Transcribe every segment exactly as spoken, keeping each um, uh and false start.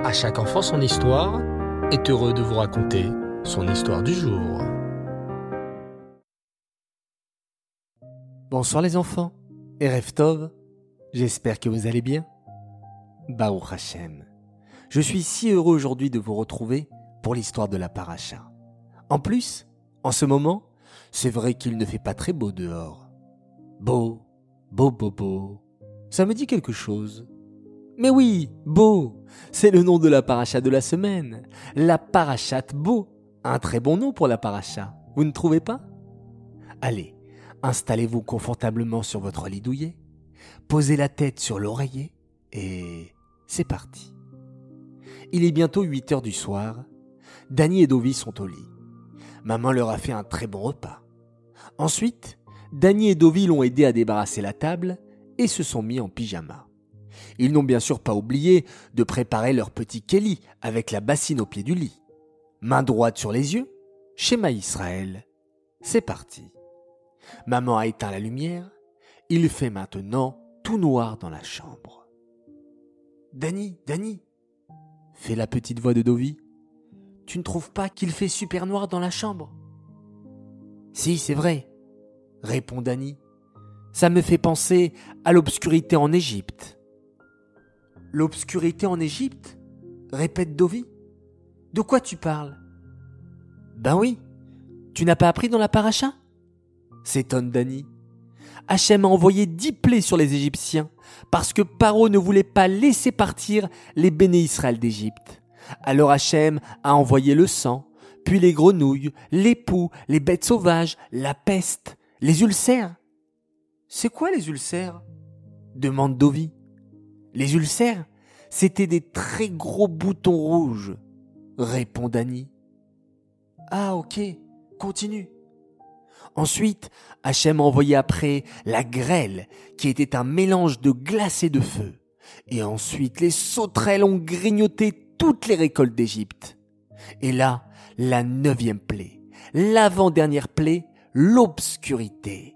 À chaque enfant son histoire est heureux de vous raconter son histoire du jour. Bonsoir les enfants, Erev Tov, j'espère que vous allez bien. Baruch Hashem, je suis si heureux aujourd'hui de vous retrouver pour l'histoire de la paracha. En plus, en ce moment, c'est vrai qu'il ne fait pas très beau dehors. Beau, beau, beau, beau, ça me dit quelque chose. Mais oui, Beau, c'est le nom de la paracha de la semaine, la parachate Beau, un très bon nom pour la paracha, vous ne trouvez pas? Allez, installez-vous confortablement sur votre lit douillet, posez la tête sur l'oreiller et c'est parti. Il est bientôt huit heures du soir, Dani et Dovi sont au lit. Maman leur a fait un très bon repas. Ensuite, Dani et Dovi l'ont aidé à débarrasser la table et se sont mis en pyjama. Ils n'ont bien sûr pas oublié de préparer leur petit Kéli avec la bassine au pied du lit. Main droite sur les yeux, Shema Israël. C'est parti. Maman a éteint la lumière. Il fait maintenant tout noir dans la chambre. Dani, Dani, fait la petite voix de Dovi. Tu ne trouves pas qu'il fait super noir dans la chambre? Si, c'est vrai, répond Dani. Ça me fait penser à l'obscurité en Égypte. L'obscurité en Égypte? Répète Dovi. De quoi tu parles? Ben oui, tu n'as pas appris dans la paracha? S'étonne Dani. Hachem a envoyé dix plaies sur les Égyptiens parce que Paro ne voulait pas laisser partir les béné Israël d'Égypte. Alors Hachem a envoyé le sang, puis les grenouilles, les poux, les bêtes sauvages, la peste, les ulcères. C'est quoi les ulcères? Demande Dovi. Les ulcères, c'était des très gros boutons rouges, répond Dani. Ah ok, continue. Ensuite, Hachem a envoyé après la grêle, qui était un mélange de glace et de feu. Et ensuite, les sauterelles ont grignoté toutes les récoltes d'Égypte. Et là, la neuvième plaie, l'avant-dernière plaie, l'obscurité.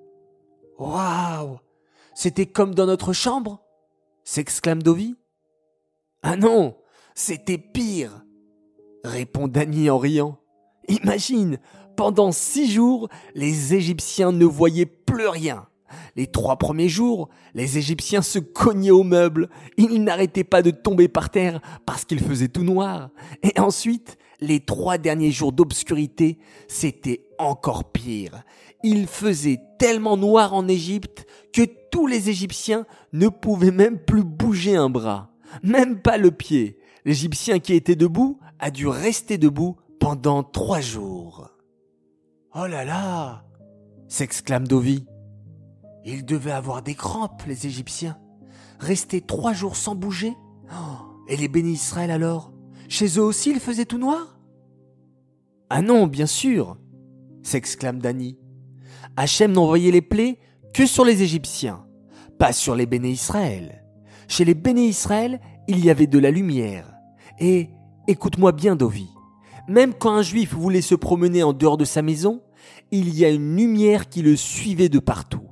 Waouh! C'était comme dans notre chambre? S'exclame Dovi. Ah non, c'était pire, répond Dani en riant. Imagine, pendant six jours, les Égyptiens ne voyaient plus rien. Les trois premiers jours, les Égyptiens se cognaient aux meubles. Ils n'arrêtaient pas de tomber par terre parce qu'il faisait tout noir. Et ensuite, les trois derniers jours d'obscurité, c'était encore pire. Il faisait tellement noir en Égypte que tous les Égyptiens ne pouvaient même plus bouger un bras, même pas le pied. L'Égyptien qui était debout a dû rester debout pendant trois jours. Oh là là, s'exclame Dovi. Ils devaient avoir des crampes, les Égyptiens. Rester trois jours sans bouger. Oh, et les béné Israël alors? Chez eux aussi, il faisait tout noir? Ah non, bien sûr, s'exclame Dani. Hachem n'envoyait les plaies que sur les Égyptiens, pas sur les béné Israël. Chez les béné Israël, il y avait de la lumière. Et, écoute-moi bien, Dovi, même quand un juif voulait se promener en dehors de sa maison, il y a une lumière qui le suivait de partout.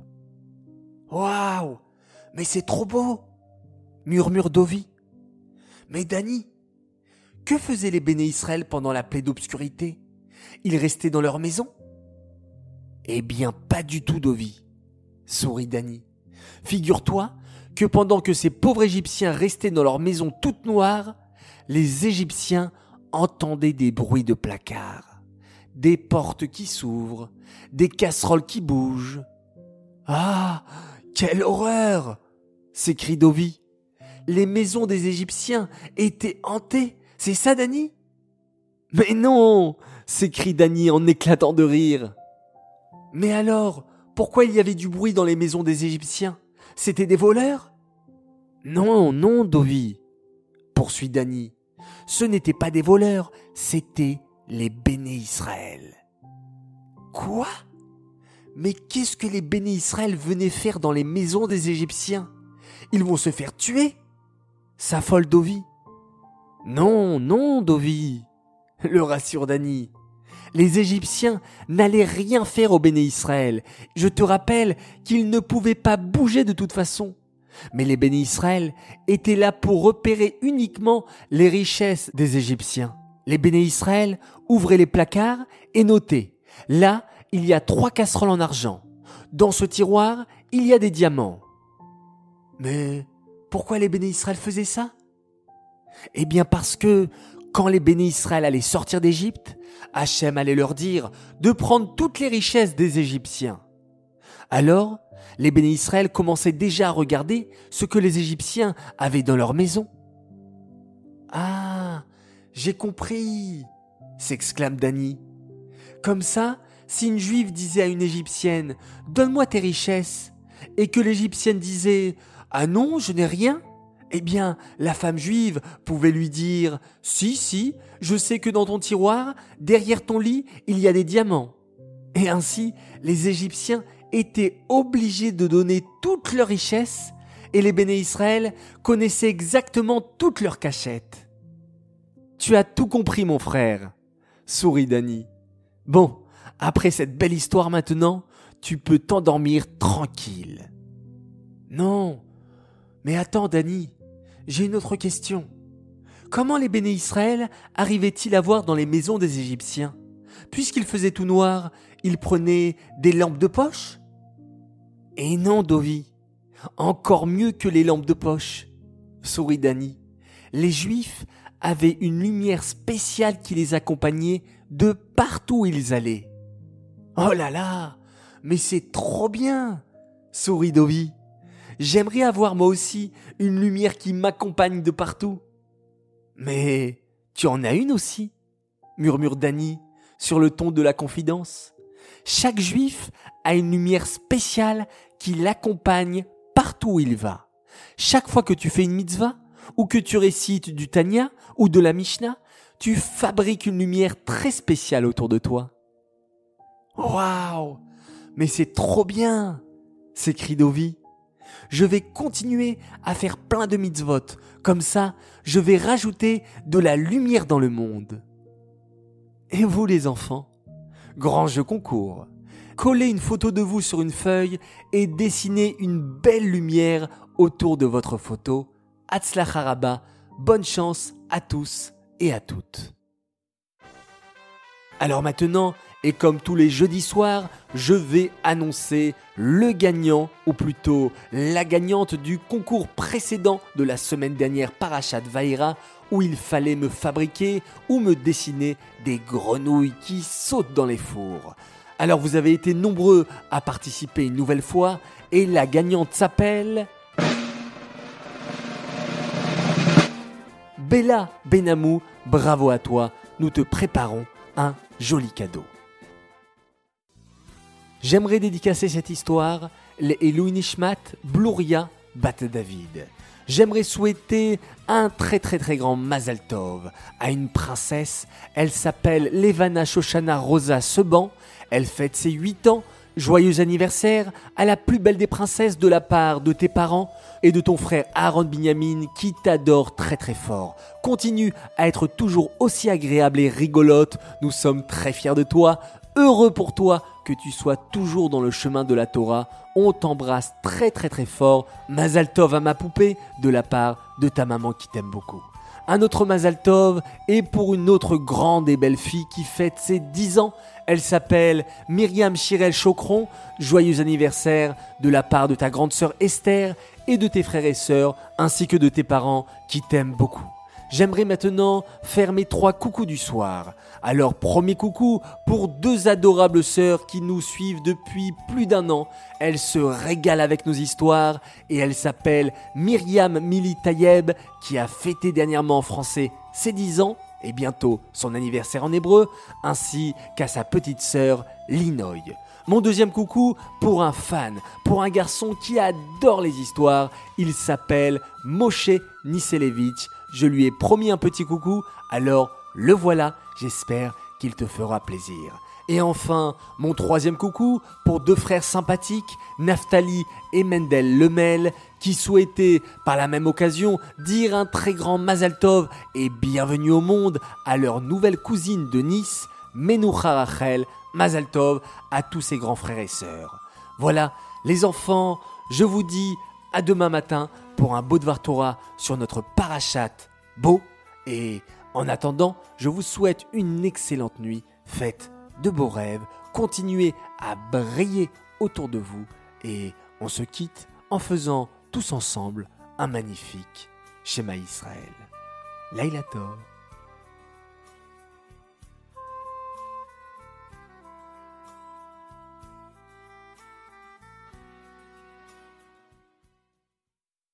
Waouh, mais c'est trop beau, murmure Dovi. Mais Dani, que faisaient les béné Israël pendant la plaie d'obscurité? Ils restaient dans leur maison? Eh bien, pas du tout, Dovi, sourit Dani. Figure-toi que pendant que ces pauvres Égyptiens restaient dans leur maison toute noire, les Égyptiens entendaient des bruits de placards, des portes qui s'ouvrent, des casseroles qui bougent. Ah, quelle horreur! S'écrie Dovi. Les maisons des Égyptiens étaient hantées, c'est ça, Dani? Mais non! S'écrie Dani en éclatant de rire. Mais alors, pourquoi il y avait du bruit dans les maisons des Égyptiens? C'était des voleurs? Non, non, Dovi, poursuit Dani. Ce n'étaient pas des voleurs, c'étaient les béné Israël. Quoi? Mais qu'est-ce que les béné Israël venaient faire dans les maisons des Égyptiens? Ils vont se faire tuer? S'affole Dovi. Non, non, Dovi, le rassure Dani. Les Égyptiens n'allaient rien faire au béné Israël. Je te rappelle qu'ils ne pouvaient pas bouger de toute façon. Mais les bénis Israël étaient là pour repérer uniquement les richesses des Égyptiens. Les bénis Israël ouvraient les placards et notaient. Là, il y a trois casseroles en argent. Dans ce tiroir, il y a des diamants. Mais pourquoi les bénis Israël faisaient ça? Eh bien parce que quand les bénis Israël allaient sortir d'Égypte, Hachem allait leur dire de prendre toutes les richesses des Égyptiens. Alors, les bénis Israël commençaient déjà à regarder ce que les Égyptiens avaient dans leur maison. « Ah, j'ai compris !» s'exclame Dany. Comme ça, si une Juive disait à une Égyptienne « Donne-moi tes richesses » et que l'Égyptienne disait « Ah non, je n'ai rien », eh bien, la femme juive pouvait lui dire « Si, si, je sais que dans ton tiroir, derrière ton lit, il y a des diamants. » Et ainsi, les Égyptiens étaient obligés de donner toutes leurs richesses et les bénis Israël connaissaient exactement toutes leurs cachettes. « Tu as tout compris, mon frère !» sourit Dany. « Bon, après cette belle histoire maintenant, tu peux t'endormir tranquille. »« Non, mais attends, Dany, j'ai une autre question. Comment les bénis Israël arrivaient-ils à voir dans les maisons des Égyptiens? Puisqu'il faisait tout noir, ils prenaient des lampes de poche? Et non, Dovi, encore mieux que les lampes de poche, sourit Dany. Les Juifs avaient une lumière spéciale qui les accompagnait de partout où ils allaient. Oh là là, mais c'est trop bien, sourit Dovi. J'aimerais avoir moi aussi une lumière qui m'accompagne de partout. Mais tu en as une aussi, murmure Dany sur le ton de la confidence. Chaque Juif a une lumière spéciale qui l'accompagne partout où il va. Chaque fois que tu fais une mitzvah, ou que tu récites du Tanya ou de la Mishnah, tu fabriques une lumière très spéciale autour de toi. Waouh, mais c'est trop bien, s'écrie Dovi. Je vais continuer à faire plein de mitzvot. Comme ça, je vais rajouter de la lumière dans le monde. Et vous les enfants, grand jeu concours. Collez une photo de vous sur une feuille et dessinez une belle lumière autour de votre photo. Hatzlacha Rabba, bonne chance à tous et à toutes. Alors maintenant, et comme tous les jeudis soirs, je vais annoncer le gagnant, ou plutôt la gagnante du concours précédent de la semaine dernière Parashat Vaïra, où il fallait me fabriquer ou me dessiner des grenouilles qui sautent dans les fours. Alors vous avez été nombreux à participer une nouvelle fois, et la gagnante s'appelle Bella Benamou. Bravo à toi, nous te préparons un joli cadeau. J'aimerais dédicacer cette histoire, les Elou Nishmat Bluria Bat David. J'aimerais souhaiter un très très très grand Mazal Tov à une princesse. Elle s'appelle Levana Shoshana Rosa Seban. Elle fête ses huit ans. Joyeux anniversaire à la plus belle des princesses de la part de tes parents et de ton frère Aaron Binyamin qui t'adore très très fort. Continue à être toujours aussi agréable et rigolote. Nous sommes très fiers de toi. Heureux pour toi que tu sois toujours dans le chemin de la Torah. On t'embrasse très très très fort. Mazal Tov à ma poupée de la part de ta maman qui t'aime beaucoup. Un autre Mazal Tov est pour une autre grande et belle fille qui fête ses dix ans. Elle s'appelle Myriam Shirel Chokron. Joyeux anniversaire de la part de ta grande sœur Esther et de tes frères et sœurs ainsi que de tes parents qui t'aiment beaucoup. J'aimerais maintenant faire mes trois coucous du soir. Alors premier coucou pour deux adorables sœurs qui nous suivent depuis plus d'un an. Elles se régalent avec nos histoires et elles s'appellent Myriam Mili Tayeb qui a fêté dernièrement en français ses dix ans et bientôt son anniversaire en hébreu, ainsi qu'à sa petite sœur Linoy. Mon deuxième coucou pour un fan, pour un garçon qui adore les histoires, il s'appelle Moshe Niselevich. Je lui ai promis un petit coucou, alors le voilà, j'espère qu'il te fera plaisir. Et enfin, mon troisième coucou pour deux frères sympathiques, Naftali et Mendel Lemel, qui souhaitaient par la même occasion dire un très grand Mazal Tov et bienvenue au monde à leur nouvelle cousine de Nice, Menoucha Rachel. Mazal Tov à tous ses grands frères et sœurs. Voilà, les enfants, je vous dis À demain matin pour un beau Dvar Torah sur notre parashat Bo. Et en attendant, je vous souhaite une excellente nuit, faite de beaux rêves, continuez à briller autour de vous et on se quitte en faisant tous ensemble un magnifique Shema Israël. Laïla Tov.